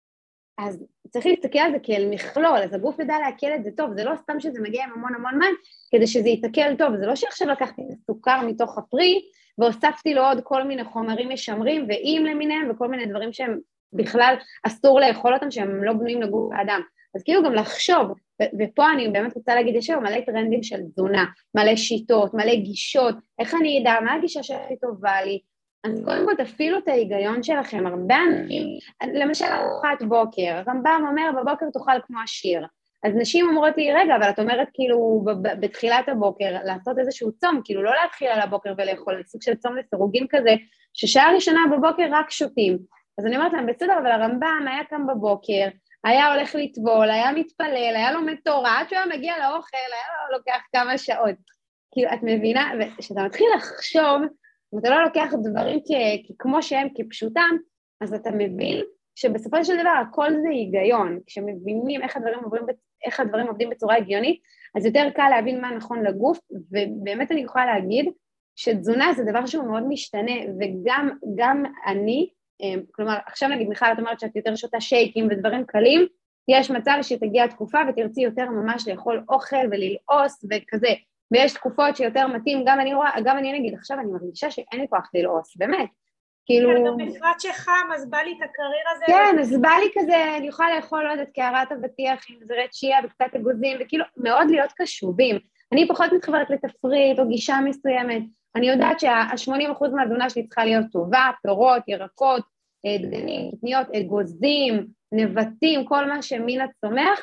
אז צריך להסתכל על זה כאל מכלול, אז הגוף ידע להקל את זה טוב, זה לא סתם שזה מגיע עם המון המון מים, כדי שזה יתקל טוב, זה לא שעכשיו לקחתי סוכר מתוך הפרי, והוספתי לו עוד כל מיני חומרים משמרים, ואיים למיניהם, וכל מיני דברים שהם בכלל אסור לאכול אותם, שהם לא בנויים לגוף האדם. אז כאילו גם לחשוב, ופה אני באמת רוצה להגיד, יש היום מלא טרנדים של תזונה, מלא שיטות, מלא גישות, איך אני אדע, מה הגישה שהכי טובה לי? אז קודם כל תפעילו את ההיגיון שלכם, הרבה אנשים, למשל ארוחת בוקר, הרמב"ם אומר בבוקר תאכל כמו עשיר, אז נשים אומרות לי, רגע, אבל את אומרת כאילו בתחילת הבוקר, לעשות איזשהו צום, כאילו לא להתחיל על הבוקר ולאכול, סוג של צום לסירוגין כזה, ששעה ראשונה בבוקר רק שותים, אז אני אומרת להם, בסדר, אבל הרמב"ם היה קם בבוקר, היה הולך לטבול, היה מתפלל, היה לומד תורה, עד שהוא היה מגיע לאוכל, היה לו לוקח כמה שעות. כאילו, את מבינה, וכשאתה מתחיל לחשוב, אם אתה לא לוקח דברים כ- כמו שהם, כפשוטם, אז אתה מבין שבסופו של דבר הכל זה היגיון. כשמבינים איך הדברים עוברים, איך הדברים עובדים בצורה הגיונית, אז יותר קל להבין מה נכון לגוף, ובאמת אני יכולה להגיד שתזונה זה דבר שהוא מאוד משתנה, וגם גם אני, כלומר, עכשיו נגיד, מיכל, את אומרת שאת יותר שותה שייקים ודברים קלים, יש מצב שתגיע תקופה ותרצי יותר ממש לאכול אוכל וללעוס וכזה, ויש תקופות שיותר מתאים, גם אני רואה, גם אני נגיד, עכשיו אני מרגישה שאין לי כוח ללעוס, באמת, כאילו... כן, גם בפרט שחם, אז בא לי את הקריר הזה... כן, אז בא לי כזה, אני יכולה לאכול, לא יודעת, קערת אבטיח עם זרי צ'יה וקצת אגוזים, וכאילו, מאוד להיות קשובים. אני פחות מתחברת לתפריט או גישה מסוימת, אני יודעת שה-שמונים אחוז מהתזונה שלי צריכה להיות טובה, פירות, ירקות, דגנים, קטניות, אגוזים, נבטים, כל מה שמין הצומח,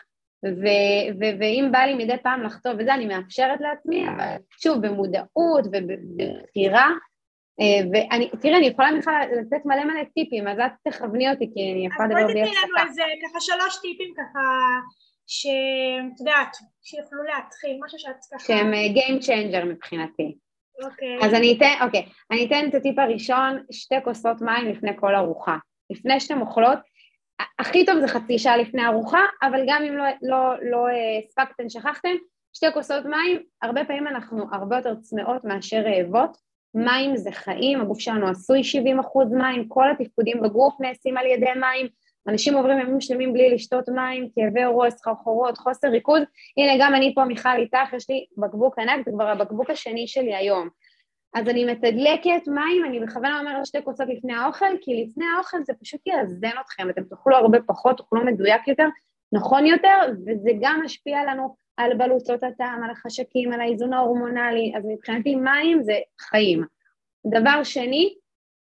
ו- ו- ואם בא לי מדי פעם לחטוב וזה, אני מאפשרת לעצמי, אבל שוב, במודעות ובבחירה, ואני, תראה, אני יכולה בכלל לתת מלא מלא טיפים, אז את תכווני אותי, כי אני יכולה לדבר בלי הפסקה. אז בואי תתני לנו איזה, ככה שלוש טיפים ככה, שאת יודעת, שיוכלו להתחיל, משהו שאת ככה... שהם game changer מבחינתי. אוקיי. אז אני אתן, אוקיי, אני אתן את הטיפ הראשון, שתי כוסות מים לפני כל ארוחה. לפני שאתם אוכלות, הכי טוב זה חצי שעה לפני ארוחה, אבל גם אם לא, לא, לא הספקתם, שכחתם, שתי כוסות מים, הרבה פעמים אנחנו הרבה יותר צמאות מאשר רעבות, מים זה חיים, הגוף שלנו עשוי שבעים אחוז מים, כל התפקודים בגוף נעשים על ידי מים, אנשים עוברים ימים שלמים בלי לשתות מים, כאבי ראש, סחרחורות, חוסר ריכוז, הנה גם אני פה מיכל איתך, יש לי בקבוק ענק, זה כבר הבקבוק השני שלי היום, אז אני מתדלקת מים, אני בכוונה אומרת שתי כוסות לפני האוכל, כי לפני האוכל זה פשוט יאזן אתכם, אתם תאכלו הרבה פחות, תאכלו מדויק יותר, נכון יותר, וזה גם משפיע לנו על בלוטות הטעם, על החשקים, על האיזון ההורמונלי, אז מבחינתי מים זה חיים. דבר שני,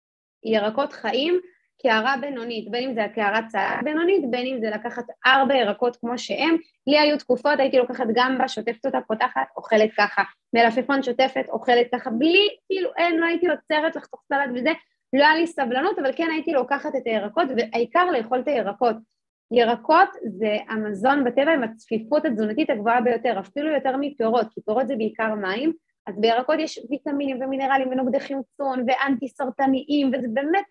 ירקות חיים, קערה בינונית, בין אם זה הקערת סלט בינונית, בין אם זה לקחת ארבע ירקות כמו שהם, לי היו תקופות, הייתי לוקחת גמבה, שוטפת אותה, פותחת, אוכלת ככה, מלפפון שוטפת, אוכלת ככה, בלי, כאילו אין, לא הייתי עוצרת לחתוך סלט וזה, לא היה לי סבלנות, אבל כן הייתי לוקחת את הירקות, והעיקר לאכול את הירקות. ירקות זה המזון בטבע עם הצפיפות התזונתית הגבוהה ביותר, אפילו יותר מפירות, כי פירות זה בעיקר מים, אז בירקות יש ויטמינים ומינרלים ונוגדי חמצון ואנטי סרטניים, וזה באמת,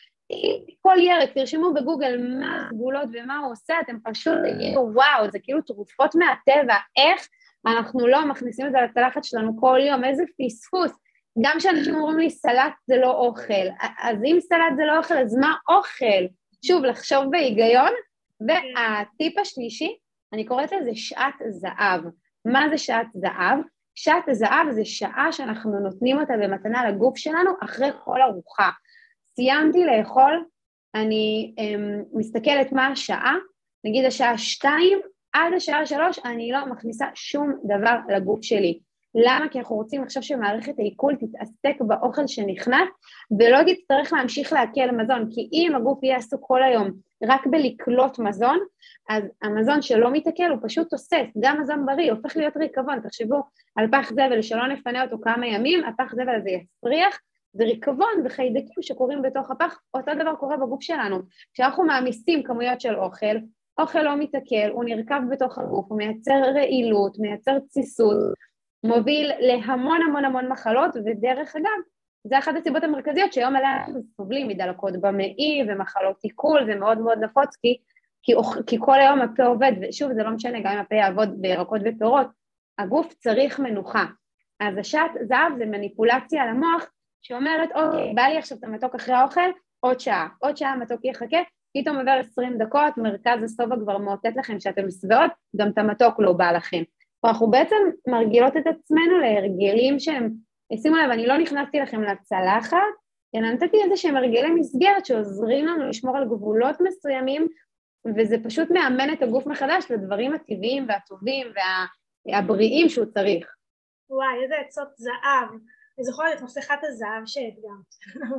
כל ירק, תרשמו בגוגל מה הסגולות ומה הוא עושה, אתם פשוט תגידו, וואו, זה כאילו תרופות מהטבע, איך אנחנו לא מכניסים את זה לצלחת שלנו כל יום, איזה פספוס, גם כשאנשים אומרים לי סלט זה לא אוכל, אז אם סלט זה לא אוכל, אז מה אוכל? שוב, לחשוב בהיגיון, והטיפ השלישי, אני קוראת לזה שעת זהב. מה זה שעת זהב? שעת זהב זה שעה שאנחנו נותנים אותה במתנה לגוף שלנו אחרי כל ארוחה. סיימתי לאכול, אני um, מסתכלת מה השעה, נגיד השעה שתיים, עד השעה שלוש, אני לא מכניסה שום דבר לגוף שלי. למה? כי אנחנו רוצים עכשיו שמערכת העיכול תתעסק באוכל שנכנס, ולא תצטרך להמשיך להקל מזון, כי אם הגוף יהיה עסוק כל היום רק בלקלוט מזון, אז המזון שלא מתעכל הוא פשוט תוסס, גם מזון בריא, הופך להיות ריקבון, תחשבו על פח זבל שלא נפנה אותו כמה ימים, הפח זבל הזה יסריח, זה ריקבון וחיידקים שקורים בתוך הפח, אותו דבר קורה בגוף שלנו, כשאנחנו מעמיסים כמויות של אוכל, אוכל לא מתעכל, הוא נרכב בתוך הגוף, הוא מייצר רעילות, מייצר ציסות, מוביל להמון המון המון מחלות, ודרך אגב, זה אחת הסיבות המרכזיות שהיום עליה סובלים מדלקות במעי ומחלות עיכול, זה מאוד מאוד נפוץ, כי, כי, כי כל היום הפה עובד, ושוב זה לא משנה, גם אם הפה יעבוד בירקות ופירות, הגוף צריך מנוחה. אז השעת זהב זה מניפולציה על המוח, שאומרת, אוקיי, בא לי עכשיו את המתוק אחרי האוכל, עוד שעה, עוד שעה המתוק יחכה, פתאום עובר עשרים דקות, מרכז הסובה כבר מאותת לכם שאתם שבעות, גם את המתוק לא בא לכם. אנחנו בעצם מרגילות את עצמנו להרגלים שהם, שימו לב, אני לא נכנסתי לכם לצלחת, אלא נתתי איזה שהם הרגלי מסגרת שעוזרים לנו לשמור על גבולות מסוימים, וזה פשוט מאמן את הגוף מחדש לדברים הטבעיים והטובים והבריאים שהוא צריך. וואי, איזה עצות זהב. אני זוכרת את מסכת הזהב שהדגמת.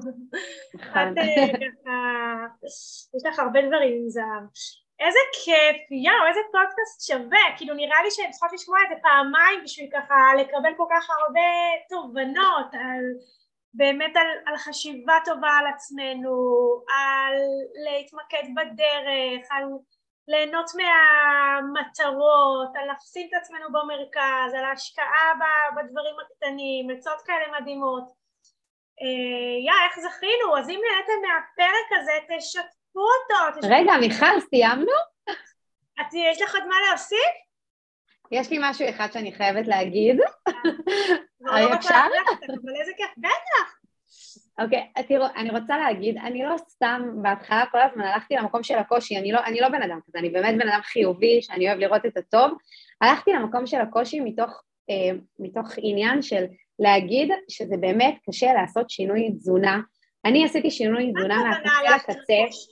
את ככה, יש לך הרבה דברים עם זהב. איזה כיף, יאו, איזה פודקאסט שווה, כאילו נראה לי שהן צריכות לשמוע את זה פעמיים בשביל ככה לקבל כל כך הרבה תובנות, על, באמת על, על חשיבה טובה על עצמנו, על להתמקד בדרך, על ליהנות מהמטרות, על להפסיד את עצמנו במרכז, על ההשקעה בדברים הקטנים, עצות כאלה מדהימות. יא, איך זכינו, אז אם נהייתם מהפרק הזה, תשתפו אותו. תשתפו רגע, מיכל, סיימנו? את, יש לך עוד מה להוסיף? יש לי משהו אחד שאני חייבת להגיד. אפשר? אבל איזה כיף, בטח. אוקיי, תראו, אני רוצה להגיד, אני לא סתם בהתחלה כל הזמן הלכתי למקום של הקושי, אני לא, אני לא בן אדם כזה, אני באמת בן אדם חיובי, שאני אוהב לראות את הטוב, הלכתי למקום של הקושי מתוך, אה, מתוך עניין של להגיד שזה באמת קשה לעשות שינוי תזונה, אני עשיתי שינוי תזונה מהקצה לקצה,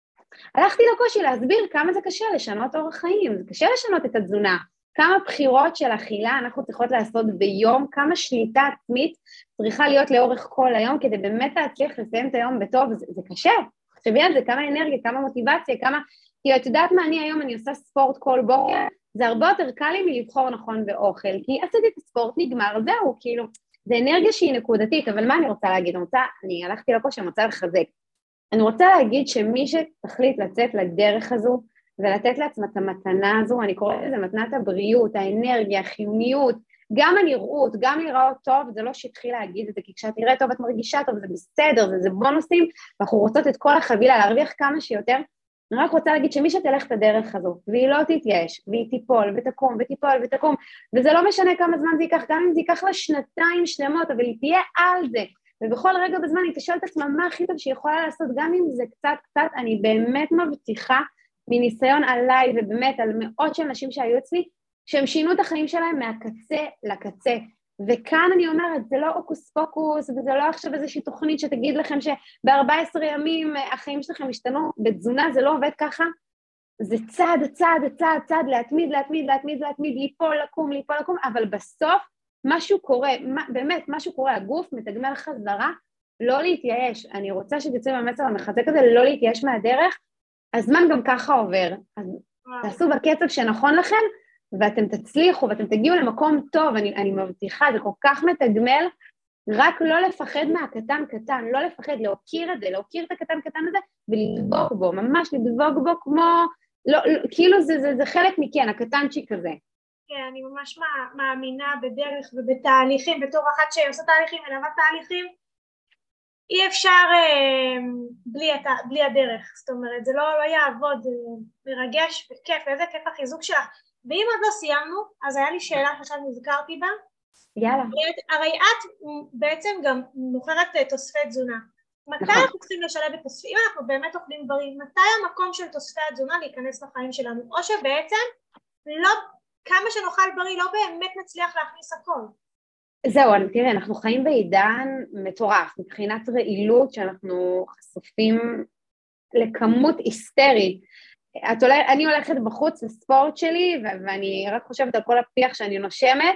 הלכתי לקושי להסביר כמה זה קשה לשנות אורח חיים, זה קשה לשנות את התזונה, כמה בחירות של אכילה אנחנו צריכות לעשות ביום, כמה שליטה עצמית צריכה להיות לאורך כל היום, כדי באמת להצליח לסיים את היום בטוב, זה, זה קשה, תחשבי על זה, כמה אנרגיה, כמה מוטיבציה, כמה, כי את יודעת מה, אני היום אני עושה ספורט כל בוקר, זה הרבה יותר קל לי מלבחור נכון באוכל, כי עשיתי את הספורט, נגמר, זהו, כאילו, זה אנרגיה שהיא נקודתית, אבל מה אני רוצה להגיד? אני, רוצה, אני הלכתי לקושי, אני רוצה לחזק, אני רוצה להגיד שמי שתחליט לצאת לדרך הזו, ולתת לעצמה את המתנה הזו, אני קוראת לזה מתנת הבריאות, האנרגיה, החיוניות, גם הנראות, גם לראות טוב, זה לא שתחיל להגיד את זה, כי כשאת נראית טוב את מרגישה טוב, זה בסדר, זה, זה בונוסים, ואנחנו רוצות את כל החבילה, להרוויח כמה שיותר, אני רק רוצה להגיד שמי שתלך את הדרך הזו, והיא לא תתייאש, והיא תיפול ותקום ותיפול ותקום, וזה לא משנה כמה זמן זה ייקח, גם אם זה ייקח לה שנתיים שלמות, אבל היא תהיה על זה, ובכל רגע בזמן היא תשאל את עצמה מה הכי טוב שהיא יכולה לעשות, גם אם זה קצת קצת, אני באמת מבטיחה מניסיון עליי ובאמת על מאות של נשים שהיו אצלי, שהם שינו את החיים שלהם מהקצה לקצה, וכאן אני אומרת, זה לא אוקוס פוקוס, וזה לא עכשיו איזושהי תוכנית שתגיד לכם שב-ארבעה עשר ימים החיים שלכם השתנו, בתזונה זה לא עובד ככה, זה צעד, צעד, צעד, צעד, להתמיד, להתמיד, להתמיד, להתמיד, ליפול, לקום, ליפול, לקום, אבל בסוף משהו קורה, באמת משהו קורה, הגוף מתגמל חזרה, לא להתייאש, אני רוצה שתצאו מהמסר המחזק הזה, לא להתייאש מהדרך, הזמן גם ככה עובר, אז תעשו בקצב שנכון לכם, ואתם תצליחו, ואתם תגיעו למקום טוב, אני, אני מבטיחה, זה כל כך מתגמל, רק לא לפחד מהקטן קטן, לא לפחד, להוקיר את זה, להוקיר את הקטן קטן הזה, ולדבוק בו, ממש לדבוק בו כמו, לא, לא, כאילו זה, זה, זה חלק מכן, הקטנצ'יק הזה. כן, אני ממש מאמינה בדרך ובתהליכים, בתור אחת שעושה תהליכים, מלווה תהליכים, אי אפשר אה, בלי, בלי הדרך, זאת אומרת, זה לא, לא יעבוד, מרגש וכיף, איזה כיף החיזוק שלך. ואם עוד לא סיימנו, אז היה לי שאלה שעכשיו נזכרתי בה. יאללה. הרי את בעצם גם מוכרת תוספי תזונה. מתי נכון. אנחנו צריכים לשלב את תוספי, אם אנחנו באמת אוכלים בריא, מתי המקום של תוספי התזונה להיכנס לחיים שלנו? או שבעצם לא, כמה שנאכל בריא לא באמת נצליח להכניס הכל. זהו, תראי, אנחנו חיים בעידן מטורף, מבחינת רעילות שאנחנו חשופים לכמות היסטרית. את הולכת, אני הולכת בחוץ לספורט שלי, ו- ואני רק חושבת על כל הפיח שאני נושמת,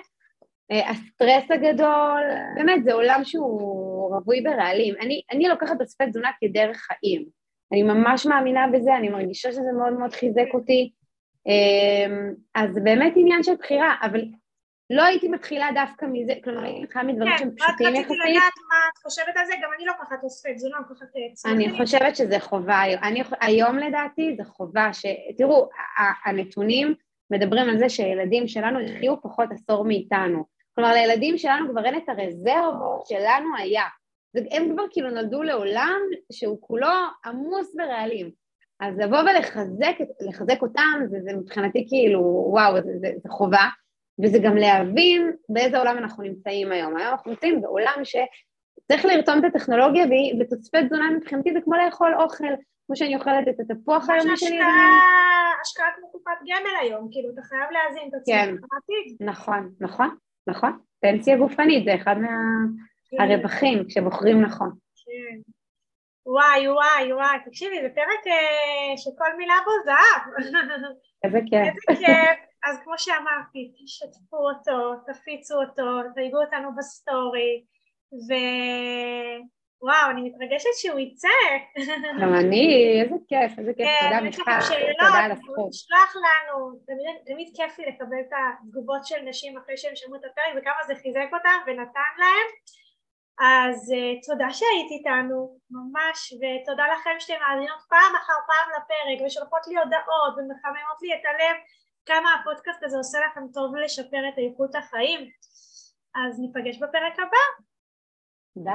הסטרס הגדול, באמת זה עולם שהוא רבוי ברעלים, אני, אני לוקחת תוספי תזונה כדרך חיים, אני ממש מאמינה בזה, אני מרגישה שזה מאוד מאוד חיזק אותי, אז זה באמת עניין של בחירה, אבל לא הייתי מתחילה דווקא מזה, כלומר, הייתי מתחילה מדברים שהם פשוטים יחסית. כן, רק רציתי לדעת מה את חושבת על זה, גם אני לא ככה תוספת תזונה, לא ככה תצמחים. אני חושבת שזה חובה, אני, היום לדעתי זה חובה, שתראו, הנתונים מדברים על זה שילדים שלנו יחיו פחות עשור מאיתנו, כלומר, לילדים שלנו כבר אין את הרזרבות שלנו היה, הם כבר כאילו נולדו לעולם שהוא כולו עמוס ברעלים, אז לבוא ולחזק לחזק אותם, זה, זה מבחינתי כאילו, וואו, זה, זה, זה חובה, וזה גם להבין באיזה עולם אנחנו נמצאים היום. היום אנחנו נמצאים בעולם שצריך לרתום את הטכנולוגיה, ותוספי תזונה מבחינתי זה כמו לאכול אוכל, כמו שאני אוכלת את התפוח היומי שלי. השקעה כמו קופת גמל היום, כאילו אתה חייב להזין את עצמך. כן, נכון, נכון, נכון. פנסיה גופנית, זה אחד מהרווחים כשבוחרים נכון. כן. וואי, וואי, וואי, תקשיבי, זה פרק שכל מילה בו זהב. איזה כיף. איזה כיף. אז כמו שאמרתי, תשתפו אותו, תפיצו אותו, תייגו אותנו בסטורי, ווואו, אני מתרגשת שהוא יצא. גם אני, איזה כיף, איזה כיף, תודה מיכל, תודה על הזכות. תשלח לנו, תמיד כיף לי לקבל את התגובות של נשים אחרי שהם שמעו את הפרק, וכמה זה חיזק אותם ונתן להם. אז uh, תודה שהיית איתנו, ממש, ותודה לכם שאתם מאזינות פעם אחר פעם לפרק, ושולחות לי הודעות ומחממות לי את הלב, כמה הפודקאסט הזה עושה לכם טוב לשפר את איכות החיים. אז ניפגש בפרק הבא.